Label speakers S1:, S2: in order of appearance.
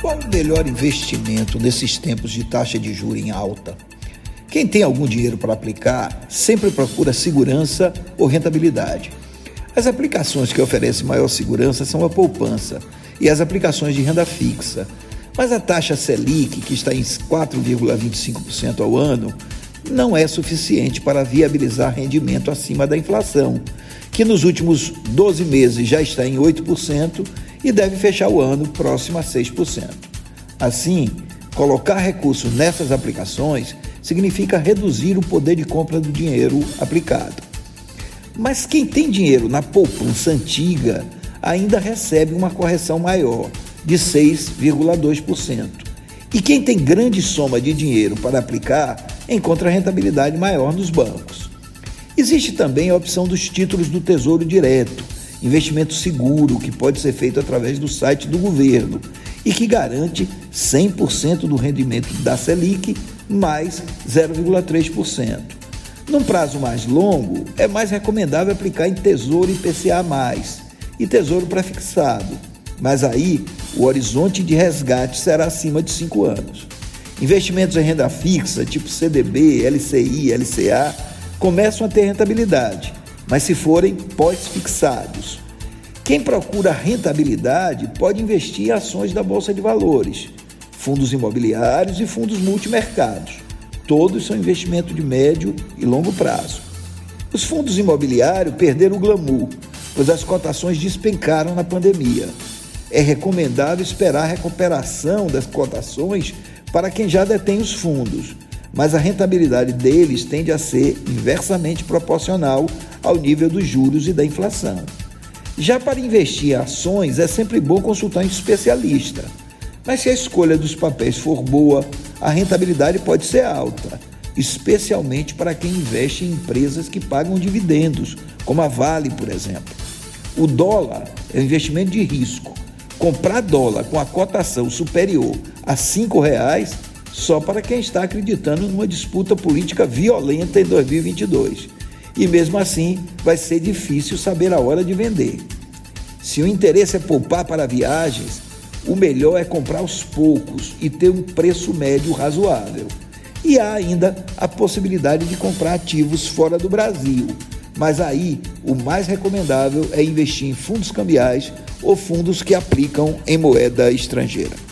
S1: Qual o melhor investimento nesses tempos de taxa de juros em alta? Quem tem algum dinheiro para aplicar sempre procura segurança ou rentabilidade. As aplicações que oferecem maior segurança são a poupança e as aplicações de renda fixa. Mas a taxa Selic, que está em 4,25% ao ano, não é suficiente para viabilizar rendimento acima da inflação, que nos últimos 12 meses já está em 8% e deve fechar o ano próximo a 6%. Assim, colocar recursos nessas aplicações significa reduzir o poder de compra do dinheiro aplicado. Mas quem tem dinheiro na poupança antiga ainda recebe uma correção maior, de 6,2%. E quem tem grande soma de dinheiro para aplicar encontra rentabilidade maior nos bancos. Existe também a opção dos títulos do Tesouro Direto, investimento seguro que pode ser feito através do site do governo e que garante 100% do rendimento da Selic mais 0,3%. Num prazo mais longo, é mais recomendável aplicar em Tesouro IPCA+, e Tesouro Prefixado, mas aí o horizonte de resgate será acima de 5 anos. Investimentos em renda fixa, tipo CDB, LCI, LCA, começam a ter rentabilidade, mas se forem pós-fixados. Quem procura rentabilidade pode investir em ações da Bolsa de Valores, fundos imobiliários e fundos multimercados. Todos são investimento de médio e longo prazo. Os fundos imobiliários perderam o glamour, pois as cotações despencaram na pandemia. É recomendável esperar a recuperação das cotações para quem já detém os fundos, mas a rentabilidade deles tende a ser inversamente proporcional ao nível dos juros e da inflação. Já para investir em ações, é sempre bom consultar um especialista, mas se a escolha dos papéis for boa, a rentabilidade pode ser alta, especialmente para quem investe em empresas que pagam dividendos, como a Vale, por exemplo. O dólar é um investimento de risco. Comprar dólar com a cotação superior a R$ 5,00 só para quem está acreditando numa disputa política violenta em 2022. E mesmo assim, vai ser difícil saber a hora de vender. Se o interesse é poupar para viagens, o melhor é comprar aos poucos e ter um preço médio razoável. E há ainda a possibilidade de comprar ativos fora do Brasil, mas aí o mais recomendável é investir em fundos cambiais ou fundos que aplicam em moeda estrangeira.